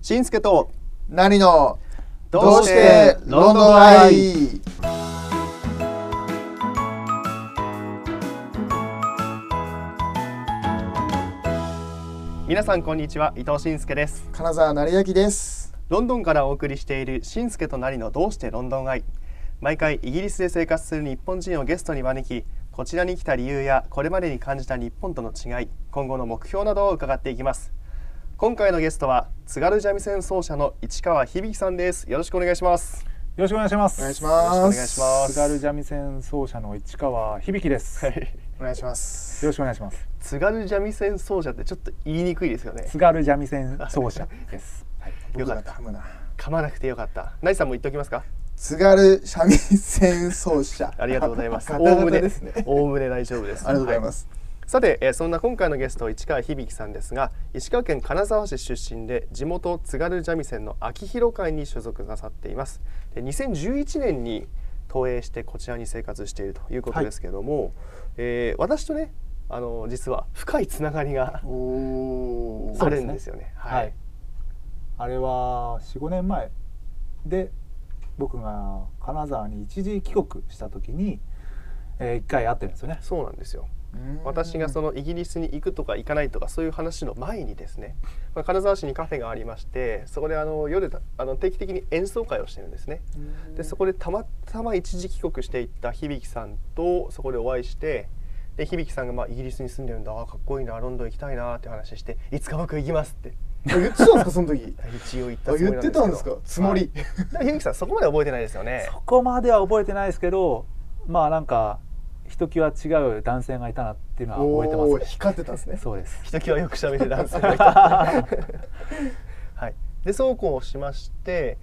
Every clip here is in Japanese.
しんすけと何のどうしてロンドンアイ。皆さんこんにちは、伊藤しんすけです。 金沢成明です。 ロンドンからお送りしているしんすけとなりのどうしてロンドンアイ。毎回イギリスで生活する日本人をゲストに招き、こちらに来た理由やこれまでに感じた日本との違い、今後の目標などを伺っていきます。今回のゲストは津軽三味線奏者の市川響さんです。よろしくお願いします。 よろしくお願いします。 お願いします。 お願いします。 津軽三味線奏者の市川響です。 お願いします。 よろしくお願いします。 津軽三味線奏者ってちょっと言いにくいですよね。 津軽三味線奏者です。 はい、 よかった。噛まなくてよかった。成さんも言っておきますか。 津軽三味線奏者。 ありがとうございます。 おおむねですね。 おおむね大丈夫です。 ありがとうございます。 さて、そんな今回のゲスト市川響さんですが、石川県金沢市出身で地元津軽三味線の秋広会に所属なさっています。で2011年に投影してこちらに生活しているということですけれども、私とね実は深いつながりがあるんですよね。 はい。あれは 4,5 年前で僕が金沢に一時帰国した時に、1回会ってるんですよね。 そうなんですよ。私がそのイギリスに行くとか行かないとかそういう話の前にですね、金沢市にカフェがありまして、そこで夜定期的に演奏会をしてるんですね。でそこでたまたま一時帰国していった響さんとそこでお会いして、で響さんがイギリスに住んでるんだ、かっこいいな、ロンドン行きたいなって話して、いつか僕行きますって言ってたんですかその時。 一応言ったつもりなんですけど。 言ってたんですか、つもり。 響さんそこまで覚えてないですよね。 そこまでは覚えてないですけど、なんかひときわ違う男性がいたなっていうのは覚えてます、ね。 光ってたんですね。 そうです。 ひときわよくしゃべる男性がいた。はい。でそうこうしまして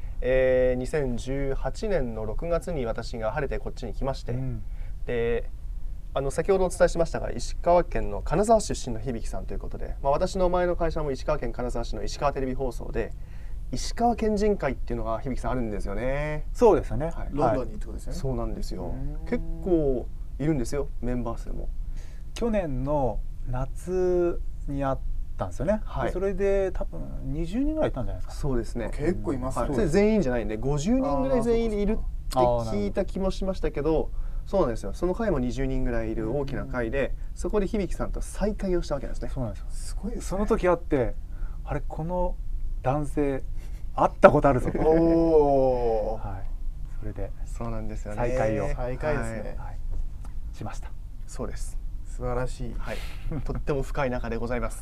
、2018年の6月に私が晴れてこっちに来まして、で先ほどお伝えしましたが、石川県の金沢出身の響さんということで、私の前の会社も石川県金沢市の石川テレビ放送で石川県人会っていうのが響さんあるんですよね。 そうですよね。 はい、 ロンドンにってことですよね。 そうなんですよ。結構いるんですよ、メンバー数も。 去年の夏にあったんですよね。はい、それで多分20人ぐらいいたんじゃないですか。 そうですね。 結構いますね。 それ全員じゃないんで50人ぐらい全員いるって聞いた気もしましたけど、そうなんですよ。その会も20人ぐらいいる大きな会で、そこで響さんと再会をしたわけなんですね。 そうなんですよ。 すごいですね。 その時会って、あれこの男性会ったことあるぞ。 おお。 はい。それでそうなんですよね。 再会ですね。 はい。しました。 そうです。 素晴らしい。 はい。とっても深い仲でございます。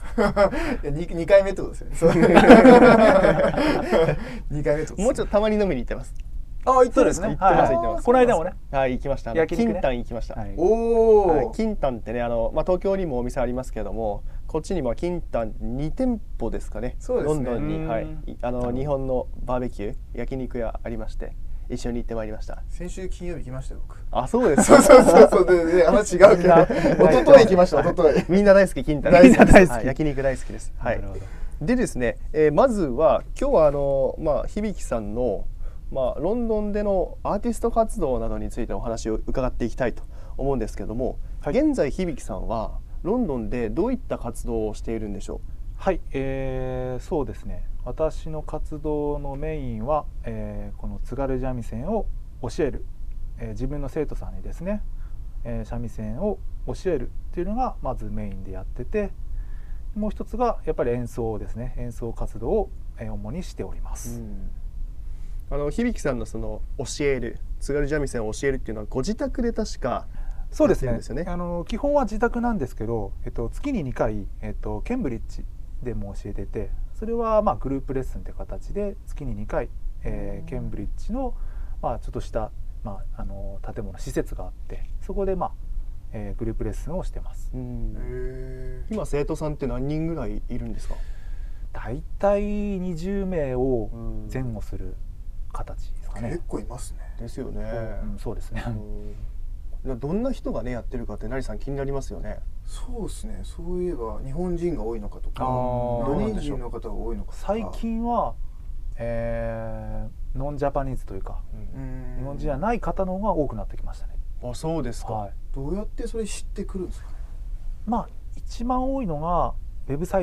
2回目ってことですよね。2回目ってこと。 もうちょっとたまに飲みに行ってます。 あ、行ったんですね。 行ってます。 この間もね。 はい、行きました。 焼肉ね。 金丹行きました。 おお。 金丹ってね、東京にもお店ありますけども、こっちにも金丹2店舗ですかね。ロンドンに、はい、日本のバーベキュー焼肉屋ありまして、一緒に行ってまいりました。 先週金曜日行きましたよ、僕。 あ、そうです。 そうで話違うけど、一昨日行きました。一昨日。 みんな大好き金丹。 大好き。 焼肉大好きです。はい。でですね、まずは今日は響さんのロンドンでのアーティスト活動などについてお話を伺っていきたいと思うんですけども、現在響さんはロンドンでどういった活動をしているんでしょう。 はい、そうですね。私の活動のメインは、この津軽三味線を教える、自分の生徒さんにですね、三味線を教えるっていうのがまずメインでやってて、もう一つがやっぱり演奏ですね。演奏活動を、主にしております。 響さんのその教える津軽三味線を教えるっていうのはご自宅で確かそうですね。基本は自宅なんですけど、月に2回、ケンブリッジでも教えてて、それはグループレッスンって形で月に2回、ケンブリッジのちょっとした、建物施設があって、そこでグループレッスンをしてます。 今生徒さんって何人ぐらいいるんですか。 だいたい20名を前後する形ですかね。 結構いますね。 ですよね。 そうですね。 どんな人がねやってるかって成さん気になりますよね。 そうですね。そういえば日本人が多いのかとか、何人の方が多いのかとか。 最近は、ノンジャパニーズというか、日本人じゃない方の方が多くなってきましたね。 あ、そうですか。 どうやってそれ知ってくるんですかね。 一番多いのがウェブサイト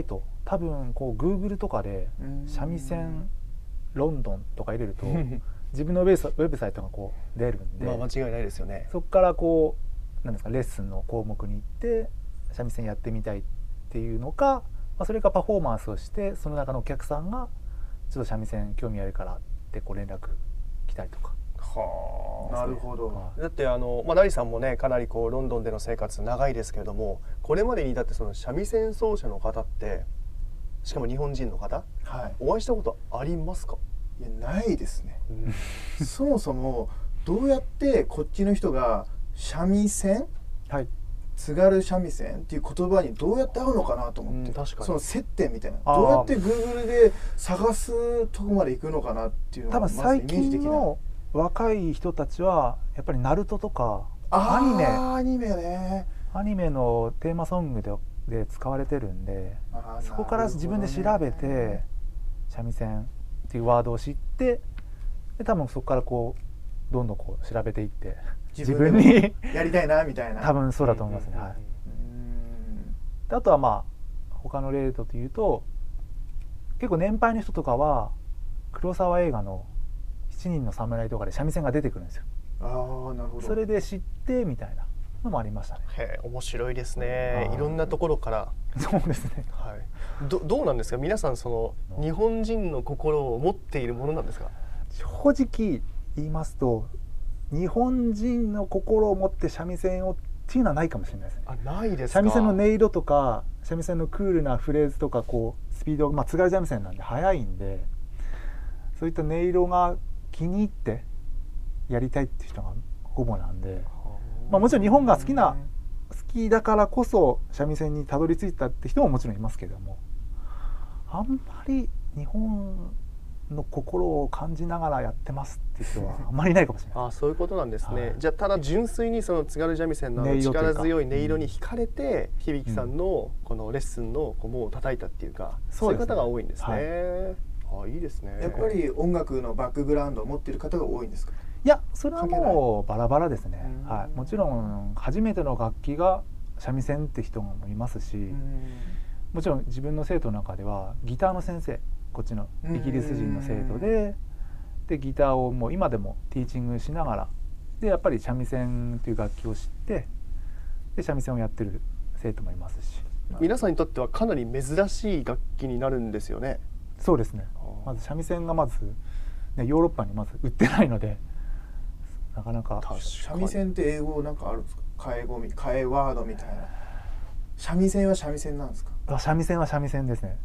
多分こう Google とかで三味線ロンドンとか入れると自分のウェブサイトがこう出るんで、 まあ間違いないですよね。 そこからこうなんですか、レッスンの項目に行って三味線やってみたいっていうのか、それかパフォーマンスをしてその中のお客さんがちょっと三味線興味あるからってこう連絡来たりとか。 はなるほど。 だってダリさんもねかなりこうロンドンでの生活長いですけれども、これまでにだってその三味線奏者の方ってしかも日本人の方、 はい、 お会いしたことありますか？ いやないですね、そもそもどうやってこっちの人が三味線、 はい、 津軽三味線っていう言葉にどうやって合うのかなと思って、 確かにその接点みたいな、どうやって Google で探すとこまで行くのかなっていうのが多分最近の若い人たちはやっぱりナルトとかアニメのテーマソングで使われてるんで、そこから自分で調べて三味線っていうワードを知って、で多分そこからこうどんどんこう調べていって自分にやりたいなみたいな、 多分そうだと思いますね。はい。あとはまあ他の例というと、結構年配の人とかは黒沢映画の7人の侍とかで三味線が出てくるんですよ。 ああ、なるほど。 それで知ってみたいなのもありましたね。 へえ、面白いですね。いろんなところから。 そうですね。 はい。どうなんですか。皆さんその日本人の心を持っているものなんですか。 正直言いますと、日本人の心を持って三味線をっていうのはないかもしれないですね。 あ、ないですか。 三味線の音色とか三味線のクールなフレーズとかこうスピード、津軽三味線なんで速いんで、そういった音色が気に入ってやりたいっていう人がほぼなんで、もちろん日本が好きだからこそ三味線にたどり着いたって人ももちろんいますけども、あんまり日本の心を感じながらやってますっていう人はあんまりいないかもしれない。 あ、そういうことなんですね。じゃあただ純粋にその津軽三味線の力強い音色に惹かれて、響さんのこのレッスンの門を叩いたっていうか、そういう方が多いんですね。あ、いいですね。 やっぱり音楽のバックグラウンドを持っている方が多いんですか？ いや、それはもうバラバラですね。はい、もちろん初めての楽器が三味線って人もいますし、もちろん自分の生徒の中ではギターの先生、こっちのイギリス人の生徒でギターをもう今でもティーチングしながらで、やっぱり三味線という楽器を知ってで三味線をやってる生徒もいますし、 皆さんにとってはかなり珍しい楽器になるんですよね。 そうですね。まず三味線がヨーロッパにまず売ってないので、なかなか。 三味線って英語なんかあるんですか？替えワードみたいな。三味線は三味線なんですか？ 三味線は三味線ですね。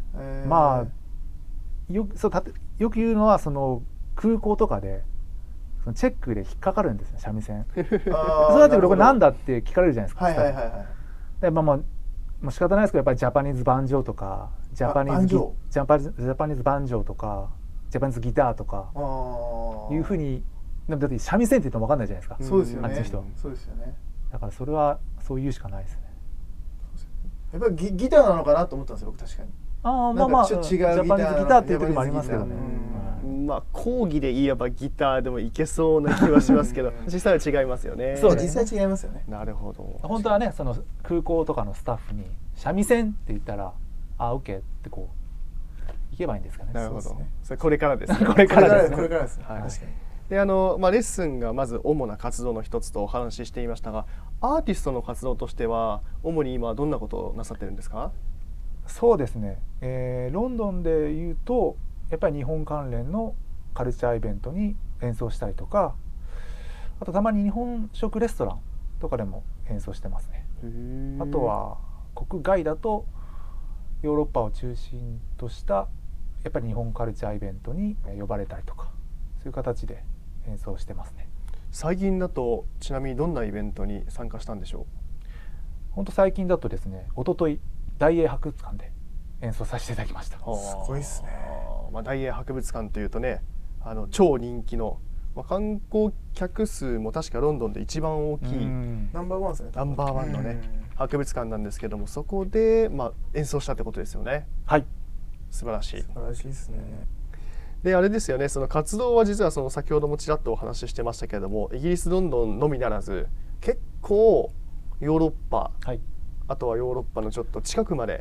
よく言うのはその空港とかでそのチェックで引っかかるんですよ、三味線。そうなってくるとこれなんだって聞かれるじゃないですか。でもう仕方ないですけど、やっぱりジャパニーズバンジョーとかジャパニーズバンジョーとかジャパニーズギターとかいうふうに、だって三味線って言っても分かんないじゃないですか。 そうですよね。 あっちの人。 そうですよね。 だからそれはそう言うしかないですね。 やっぱりギターなのかなと思ったんですよ、僕。確かに。 ちょっと違うジャパニーズギターっていう時もありますけどね。 講義で言えばギターでもいけそうな気はしますけど実際は違いますよね。 そう、実際違いますよね。 なるほど。 本当はね、その空港とかのスタッフに三味線って言ったらオッケーってこう行けばいいんですかね。 なるほど。それこれからですね。 これからです。 はい。確かに。でレッスンがまず主な活動の一つとお話ししていましたが、アーティストの活動としては主に今どんなことをなさってるんですか？ そうですね、ロンドンでいうとやっぱり日本関連のカルチャーイベントに演奏したりとか、あとたまに日本食レストランとかでも演奏してますね。あとは国外だとヨーロッパを中心としたやっぱり日本カルチャーイベントに呼ばれたりとか、そういう形で演奏してますね。 最近だとちなみにどんなイベントに参加したんでしょう？ 本当最近だとですね、一昨日大英博物館で演奏させていただきました。すごいですね。 大英博物館というとね、超人気の、観光客数も確かロンドンで一番大きいナンバーワンですね。 ナンバーワンのね博物館なんですけども、そこで演奏したってことですよね。 はい。 素晴らしい。 素晴らしいですね。 であれですよね、その活動は実はその先ほどもちらっとお話ししてましたけれども、イギリスロンドンのみならず結構ヨーロッパ、あとはヨーロッパのちょっと近くまで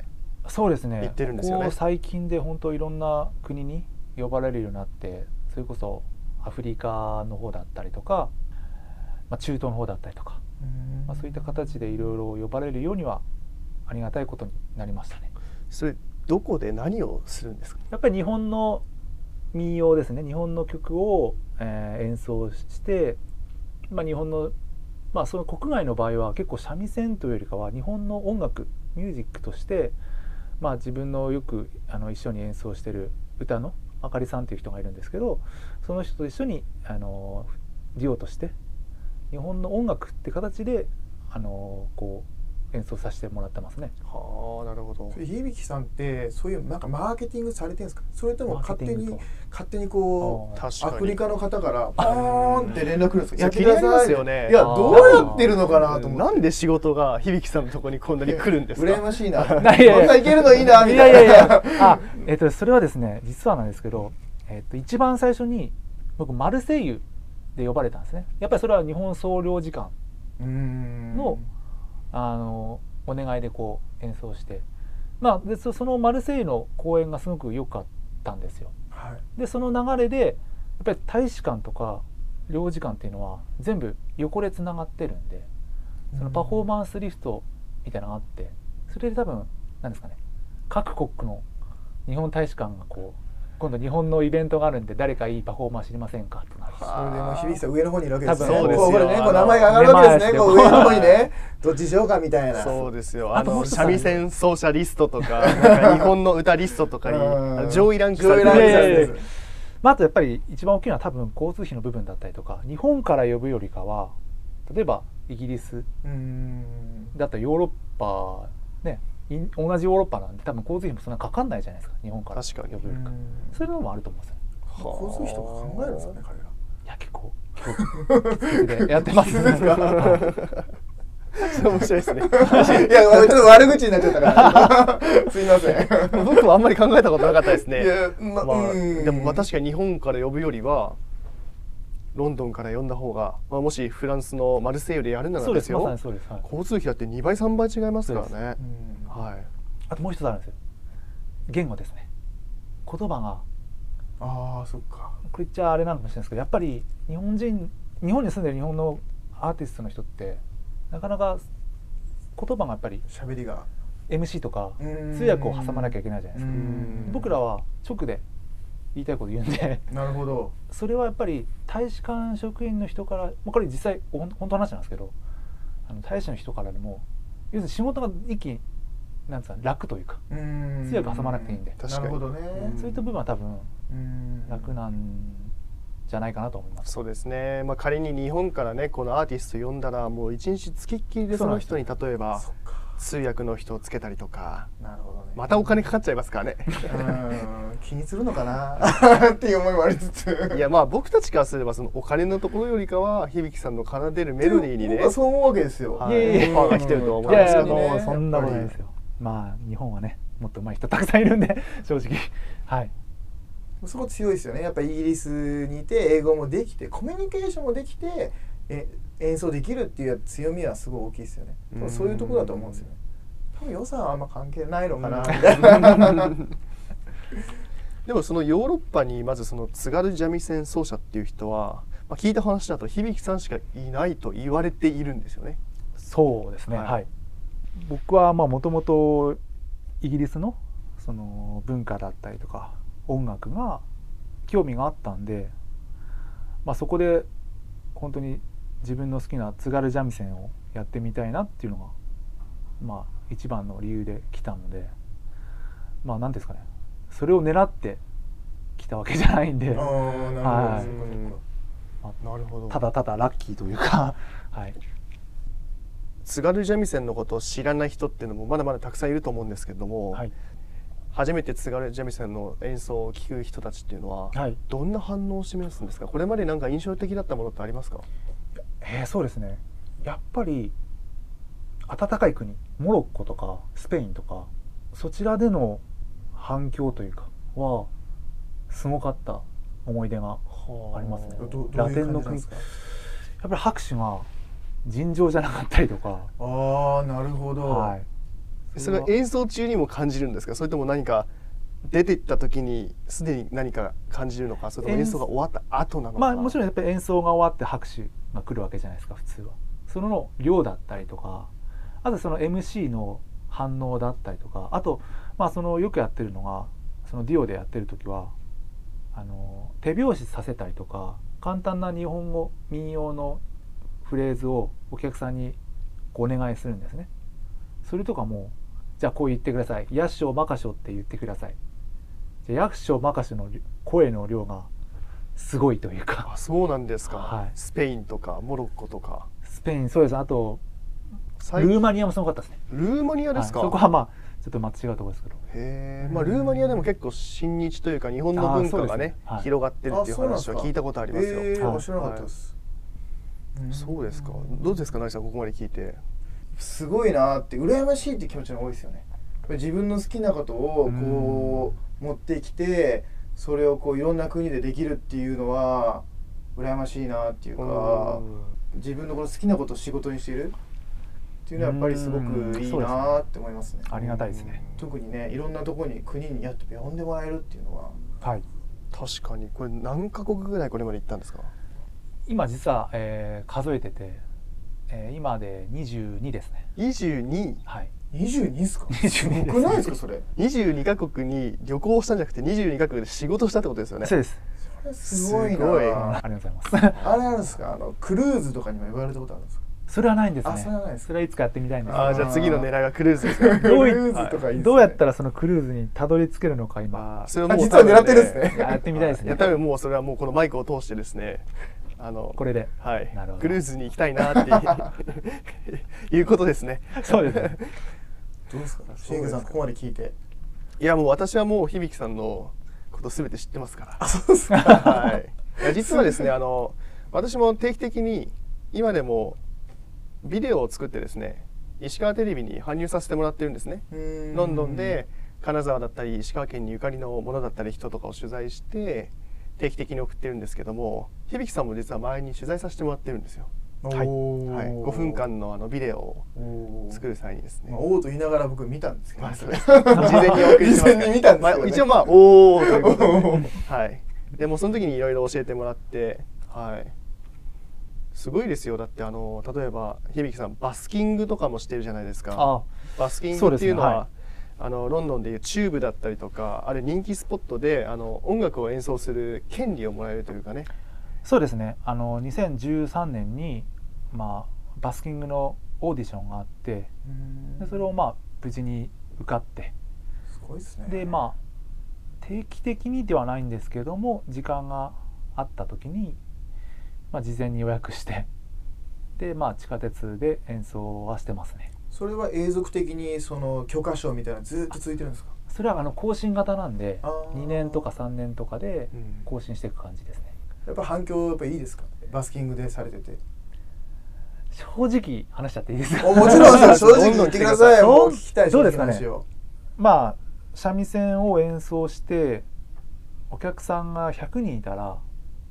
そうですね。 行ってるんですよね。 ここ最近で本当いろんな国に呼ばれるようになって、それこそアフリカの方だったりとか、中東の方だったりとか、そういった形でいろいろ呼ばれるようにはありがたいことになりましたね。 それどこで何をするんですか？ やっぱり日本の民謡ですね。日本の曲を、演奏して、日本のその国外の場合は結構三味線というよりかは日本の音楽ミュージックとして、自分のよく一緒に演奏してる歌のあかりさんという人がいるんですけど、その人と一緒にデュオとして日本の音楽って形でこう演奏させてもらってますね。 はあ、なるほど。 響さんってそういうなんかマーケティングされてるんですか？それとも勝手にこうアフリカの方からポーンって連絡来るんですか？ いや、気になりますよね。 いや、どうやってるのかなと思って。 なんで仕事が響さんのところにこんなに来るんですか？ 羨ましいな。こんいやいやないけるのいいなみたいな。 いやいやいやそれはですね、実はなんですけど、一番最初に僕マルセイユで呼ばれたんですね。やっぱりそれは日本総領事館のお願いでこう演奏して、でそのマルセイユの公演がすごく良かったんですよ。 はい、 でその流れでやっぱり大使館とか領事館っていうのは全部横でつながってるんで、そのパフォーマンスリストみたいなのがあって、それで多分何ですかね、各国の日本大使館がこう今度日本のイベントがあるんで誰かいいパフォーマンス知りませんかってなる。 それでも響さん上の方にいるわけですね。 そうですよ。 これね、こう名前が上がるわけですね。こう上の方にね、どっちしようかみたいな。 そうですよ。三味線奏者リストとか、なんか日本の歌リストとかに上位ランクされてる。 あとやっぱり一番大きいのは多分交通費の部分だったりとか、日本から呼ぶよりかは例えばイギリスだったらヨーロッパね、同じヨーロッパなんで多分交通費もそんなかかんないじゃないですか、日本から呼ぶよりか。そういうのもあると思うんですよ。 交通費とか考えるんですかね、彼ら。 いや結構でやってますね。 面白いですね。いや、 ちょっと悪口になっちゃったからすいません。 僕はあんまり考えたことなかったですね。 ででも確かに日本から呼ぶよりはロンドンから呼んだ方が、もしフランスのマルセイユでやるならですよ、交通費だって2倍3倍違いますからね。はい。 あともう一つあるんですよ。言語ですね。言葉がそっか。 これ言っちゃあれなのかもしれないですけど、やっぱり日本に住んでる日本のアーティストの人ってなかなか言葉がやっぱり喋りが MC とか通訳を挟まなきゃいけないじゃないですか。僕らは直で言いたいこと言うんで。 なるほど。 それはやっぱり大使館職員の人から、これ実際本当の話なんですけど、大使の人からでも要するに仕事が一気になんですか、楽というか通訳挟まなくていいんで。 なるほどね。 そういった部分は多分楽なんじゃないかなと思います。 そうですね。仮に日本からねこのアーティスト呼んだらもう一日つきっきりでその人に例えば通訳の人をつけたりとか、 なるほどね、 またお金かかっちゃいますからね。 気にするのかなっていう思いもありつつ、 いや僕たちからすればそのお金のところよりかは響さんの奏でるメロディーにね、 そう思うわけですよ。 オファーが来てると思うんですけどね。 もうそんなことないですよ。日本はねもっと上手い人たくさんいるんで正直はい。 そこ強いですよね。やっぱりイギリスにいて英語もできてコミュニケーションもできて演奏できるっていう強みはすごい大きいですよね。そういうところだと思うんですよね。多分予算はあんま関係ないのかなみたいな。 でもそのヨーロッパにまずその津軽三味線奏者っていう人は、聞いた話だと響さんしかいないと言われているんですよね。 そうですね。はい。僕はもともとイギリスのその文化だったりとか音楽が興味があったんで、そこで本当に自分の好きな津軽三味線をやってみたいなっていうのが一番の理由で来たので、何ですかね、それを狙って来たわけじゃないんで、ただただラッキーというかはい。 津軽三味線のことを知らない人っていうのもまだまだたくさんいると思うんですけれども、初めて津軽三味線の演奏を聴く人たちっていうのは、どんな反応を示すんですか？これまでなんか印象的だったものってありますか？ そうですね。やっぱり暖かい国、モロッコとかスペインとかそちらでの反響というかはすごかった思い出がありますね。ラテンの国、やっぱり拍手が尋常じゃなかったりとか。 なるほど。 それは演奏中にも感じるんですか？それとも何か出ていった時にすでに何か感じるのか、それとも演奏が終わった後なのか。 まあもちろんやっぱり演奏が終わって拍手が来るわけじゃないですか普通は。その量だったりとか、あとその MC の反応だったりとか、あとまあそのよくやってるのが、そのデュオでやってる時は手拍子させたりとか、簡単な日本語民謡のフレーズをお客さんにお願いするんですね。それとかも、じゃあこう言ってください、ヤッショーマカショって言ってください。じゃあヤッショーマカショの声の量がすごいというか。 あ、そうなんですか、 はい、 スペインとかモロッコとか。 スペイン、そうです。あとルーマニアもすごかったですね。 ルーマニアですか？ はい、そこはまあちょっとまた違うところですけど。 へえ、まあルーマニアでも結構親日というか日本の文化がね、はい、広がってるっていう話は聞いたことありますよ。 知らなかったです。 そうですか。どうですか、成さん、ここまで聞いて。 すごいなって、羨ましいって気持ちが多いですよね。自分の好きなことをこう持ってきて、それをこういろんな国でできるっていうのは羨ましいなっていうか、自分のこの好きなことを仕事にしているっていうのはやっぱりすごくいいなって思いますね。 ありがたいですね。 特にね、いろんなところに国にやっと呼んでもらえるっていうのは。 はい。 確かに。これ何カ国ぐらいこれまで行ったんですか？ 今実は、数えてて、今で22ですね。 22？ はい。 22ですか ？22です。 少ないですかそれ ？22カ国に旅行したんじゃなくて22カ国で仕事したってことですよね。 そうです。 それすごいな。 ありがとうございます。 あれあるんですか？クルーズとかにも呼ばれたことあるんですか？ それはないんですね。 あ、それはないです。 それはいつかやってみたいんです。 あ、じゃあ次の狙いはクルーズですね。 クルーズとかいいですね。 どうやったらそのクルーズにたどり着けるのか今。 それはもう実は狙ってるんですね。 やってみたいですね。 いや、多分もうそれはもうこのマイクを通してですね、 これで、 はい、 なるほど、 クルーズに行きたいなっていうことですね。 そうですね。 どうですか、シングさん、ここまで聞いて。 いや、もう私はもう響さんのことすべて知ってますから。 あ、そうですか。 はい。いや、実はですね、私も定期的に今でもビデオを作ってですね、石川テレビに搬入させてもらってるんですね。ロンドンで金沢だったり石川県にゆかりのものだったり人とかを取材して定期的に送ってるんですけども、響さんも実は前に取材させてもらってるんですよ。はい、はい、5分間のビデオを作る際にですね、 おおと言いながら僕見たんですけど、 事前にお送りしますから、 見たんですけど、 一応まあおおということで、はい、でもその時にいろいろ教えてもらって、はい、すごいですよ。だって例えば響さんバスキングとかもしてるじゃないですか。バスキングっていうのはロンドンでいうチューブだったりとか、あれ人気スポットで音楽を演奏する権利をもらえるというかね。 そうですね。2013年に、まあ、バスキングのオーディションがあって、でそれをまあ無事に受かって、 すごいですね。 でまあ定期的にではないんですけども、時間があった時に、まあ、事前に予約して、でまあ地下鉄で演奏はしてますね。 それは永続的にその許可証みたいなのずっと続いてるんですか？ それは更新型なんで、2年とか3年とかで更新していく感じですね。 やっぱ反響やっぱいいですか？バスキングでされてて。 正直話しちゃっていいですか？ もちろん正直言ってください。もう聞きたい。 どうですかね。まあ三味線を演奏してお客さんが100人いたら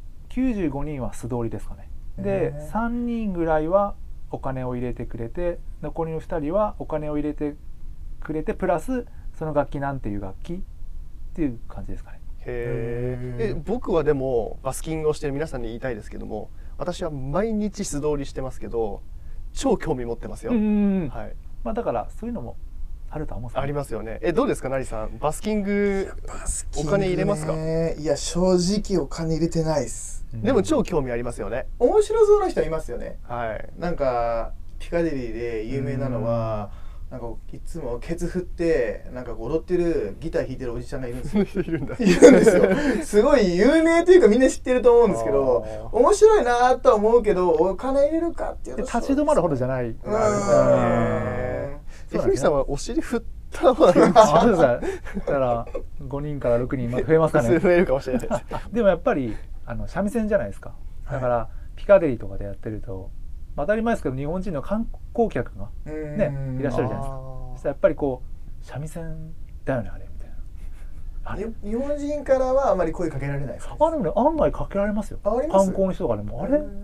95人は素通りですかね。で3人ぐらいはお金を入れてくれて、残りの2人はお金を入れてくれてプラスその楽器なんていう楽器っていう感じですかね。 僕はでもバスキングをしてる皆さんに言いたいですけども、私は毎日素通りしてますけど超興味持ってますよ。はい。 まあだからそういうのもあるとは思うんですけど、 ありますよね。どうですか、成さん、バスキングお金入れますか？ いや正直お金入れてないです。 でも超興味ありますよね。 面白そうな人いますよね。 はい。 なんかピカデリーで有名なのは、なんかいつもケツ振ってなんか踊ってるギター弾いてるおじちゃんがいるんですよ。 いるんだ。 いるんですよ。すごい有名というかみんな知ってると思うんですけど、面白いなとは思うけどお金入れるかっていうと立ち止まるほどじゃない。 響さんはお尻振った方がいいんですよ。だから5人から6人増えますかね。 増えるかもしれないです。 でもやっぱり三味線じゃないですか。だからピカデリーとかでやってると、当たり前ですけど日本人の観光客がねいらっしゃるじゃないですか。そしたらやっぱりこう三味線だよねあれみたいな。 日本人からはあまり声かけられないですか？ でもね、案外かけられますよ。観光の人とかでもあれ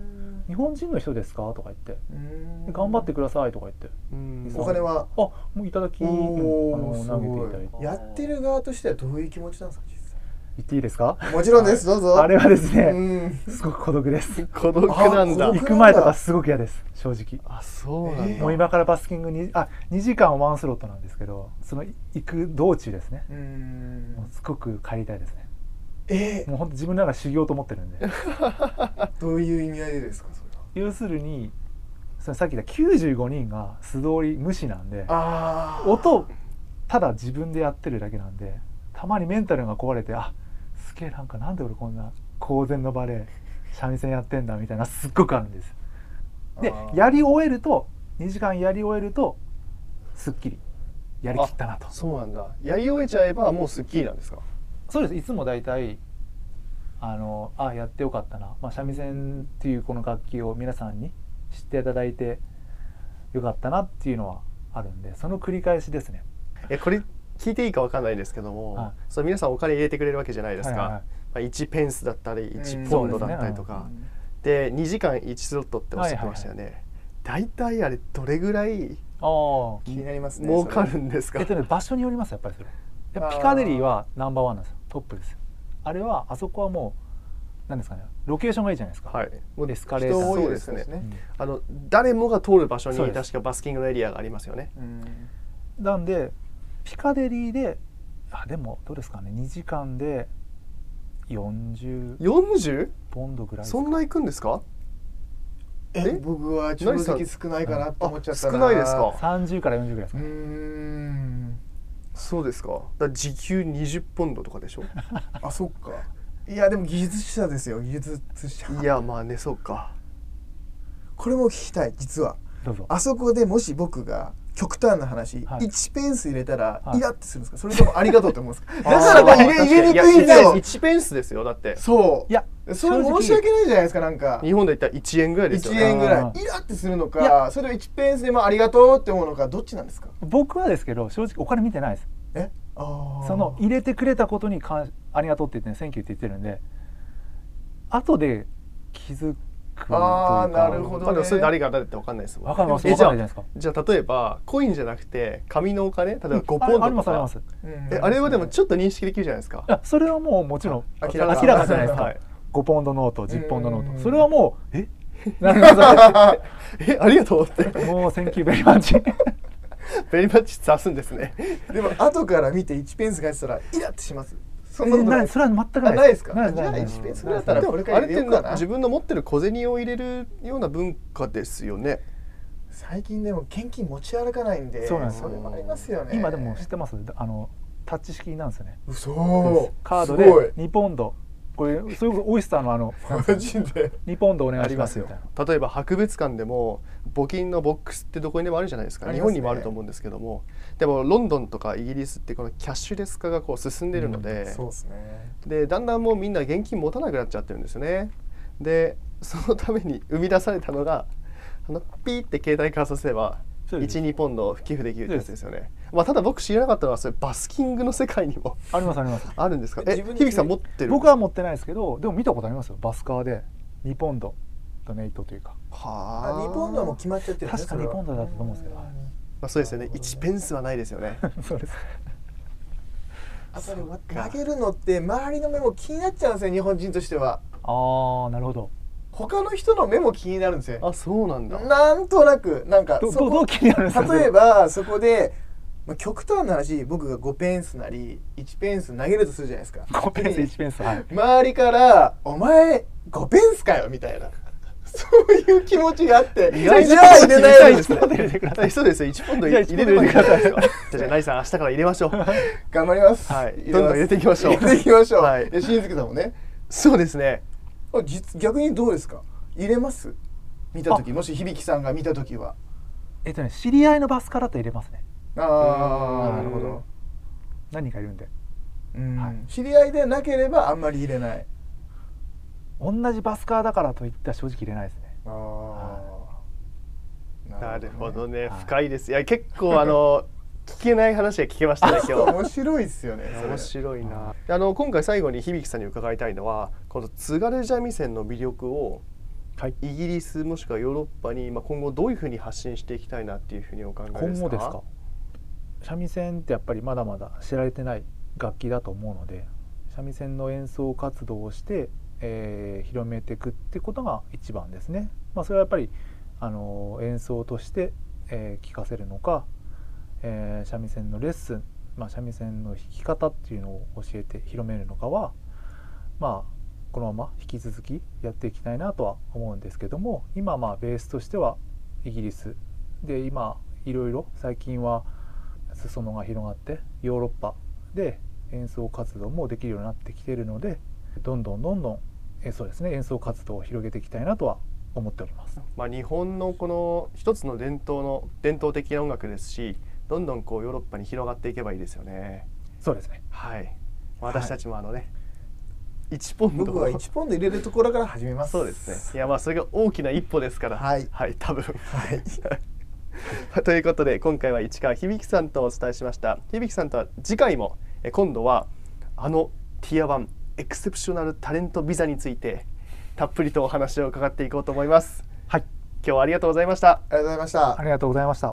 日本人の人ですか?」とか言って「頑張ってください」とか言ってお金はもういただき、投げていただいて。 やってる側としてはどういう気持ちなんですか実際。 言っていいですか？ もちろんです、どうぞ。 あれはですね、すごく孤独です。 孤独なんだ。 行く前とかすごく嫌です、正直。 あ、そうなんだ。 もう今からバスキングに2時間ワンスロットなんですけど、その行く道中ですね。もうすごく帰りたいですね。もう本当自分ながら修行と思ってるんで。 どういう意味合いでですかそれは。 要するにさっき言った95人が素通り無視なんで、音ただ自分でやってるだけなんで、たまにメンタルが壊れて、すげえなんで俺こんな公然の場で三味線やってんだみたいなすっごくあるんです。でやり終えると2時間やり終えるとすっきりやりきったなと。 そうなんだ。やり終えちゃえばもうすっきりなんですか？ そうです。いつもだいたいやってよかったな、三味線っていうこの楽器を皆さんに知っていただいてよかったなっていうのはあるんで、その繰り返しですね。 これ聞いていいかわかんないですけども、それ皆さんお金入れてくれるわけじゃないですか。1ペンスだったり1ポンドだったりとかで、2時間1スロットっておっしゃってましたよね。だいたいあれどれぐらい気になりますね。 儲かるんですか？ 場所によりますやっぱりそれ。ピカデリーはナンバーワンなんですよ、トップです。あれはあそこはもう何ですかね、ロケーションがいいじゃないですか。もうエスカレーターそうですね。誰もが通る場所に確かバスキングのエリアがありますよね。 なんでピカデリーででもどうですかね、2時間で40ポンドぐらいですか。 そんな行くんですか？ 僕は正直少ないかなと思っちゃったな。 少ないですか ？30から40ぐらいですかね。 そうですか。時給20ポンドとかでしょ？ そっか。いやでも技術者ですよ、技術者。 いやまあね、そうか。 これも聞きたい実は。 どうぞ。 あそこでもし僕が極端な話、1ペンス入れたらイラってするんですか、それともありがとうと思うんですか？だから入れにくいんだよ。 1ペンスですよ、だって。 そう。いやそれ申し訳ないじゃないですか。なんか日本で言ったら1円ぐらいですよね。 1円ぐらいイラってするのか、それを1ペンスでもありがとうって思うのか、どっちなんですか？ 僕はですけど正直お金見てないです。その入れてくれたことにありがとうって言ってね、センキューって言ってるんで、後で気づくというか。 なるほどね。 それ誰が誰って分かんないですもん。 分かんないじゃないですか。 じゃあ例えばコインじゃなくて紙のお金、例えば5ポンドとか。 ありますあります。 あれはでもちょっと認識できるじゃないですか。 それはもうもちろん明らかじゃないですか。5ポンドノート、10ポンドノート、それはもうなるほどありがとうって、 もうセンキューベリーマッチベリーマッチって出すんですね。 でも後から見て1ペンスがやってたらイラってします。 それは全くないないですか？じゃあ1ペンスぐらいだったらこれから入れようかな。 自分の持ってる小銭を入れるような文化ですよね。 最近でも現金持ち歩かないんで、それもありますよね。 今でも知ってます？タッチ式なんですよね。 嘘。 カードで2ポンド、これそういうオイスターのマジで 2ポンドお願いしますみたいな。例えば博物館でも募金のボックスってどこにでもあるじゃないですか。日本にもあると思うんですけども、でもロンドンとかイギリスってこのキャッシュレス化がこう進んでいるので、 そうですね。 でだんだんもうみんな現金持たなくなっちゃってるんですよね。でそのために生み出されたのがピーって携帯からさせれば1、2ポンド寄付できるってやつですよね。ただ僕知らなかったのはそれバスキングの世界にもありますあります。 あるんですか？響さん持ってる？ 僕は持ってないですけど、でも見たことありますよ。バスカーで2ポンドドネイトというか。 2ポンドはもう決まっちゃってる。 確か2ポンドだったと思うんですけど。 そうですよね。1ペンスはないですよね。 そうです。 投げるのって周りの目も気になっちゃうんですよ、日本人としては。 なるほど。 他の人の目も気になるんですよ。 そうなんだ。 なんとなくどう気になるんですか？ 例えばそこで極端な話、僕が5ペンスなり1ペンス投げるとするじゃないですか。 5ペンス1ペンス、 周りから「お前5ペンスかよ」みたいな、そういう気持ちがあって、じゃあ入れないようにして。 そうですよ、1ポンド入れればいいから。じゃあナイさん明日から入れましょう。 頑張ります。 どんどん入れていきましょう。 入れていきましょう。新月さんもね。 そうですね。 逆にどうですか？入れます？見た時、もし響さんが見た時は。 知り合いのバスカだと入れますね。 なるほど。 何人かいるんで。 知り合いでなければあんまり入れない。 同じバスカーだからといったら正直入れないですね。 なるほどね、深いです。いや結構聞けない話が聞けましたね今日。 面白いですよね。 面白いな。今回最後に響さんに伺いたいのは、この津軽三味線の魅力をはい、 イギリスもしくはヨーロッパに、今後どういうふうに発信していきたいなっていうふうにお考えですか？ 今後ですか。三味線ってやっぱりまだまだ知られてない楽器だと思うので、三味線の演奏活動をして、広めていくってことが一番ですね。それはやっぱり演奏として、聴かせるのか、三味線のレッスン、三味線の弾き方っていうのを教えて広めるのかは、このまま引き続きやっていきたいなとは思うんですけども、今ベースとしてはイギリスで、今いろいろ最近は裾野が広がってヨーロッパで演奏活動もできるようになってきているので、どんどんそうですね、演奏活動を広げていきたいなとは思っております。 日本のこの一つの伝統的な音楽ですし、どんどんヨーロッパに広がっていけばいいですよね。 そうですね。 はい。私たちも1ポンド、 僕は1ポンド入れるところから始めます。 そうですね。いやそれが大きな一歩ですから。 はい、 多分。 はい。 ということで今回は市川響さんとお伝えしました。響さんとは次回も今度はティア1エクセプショナルタレントビザについてたっぷりとお話を伺っていこうと思います。 はい。 今日はありがとうございました。 ありがとうございました。 ありがとうございました。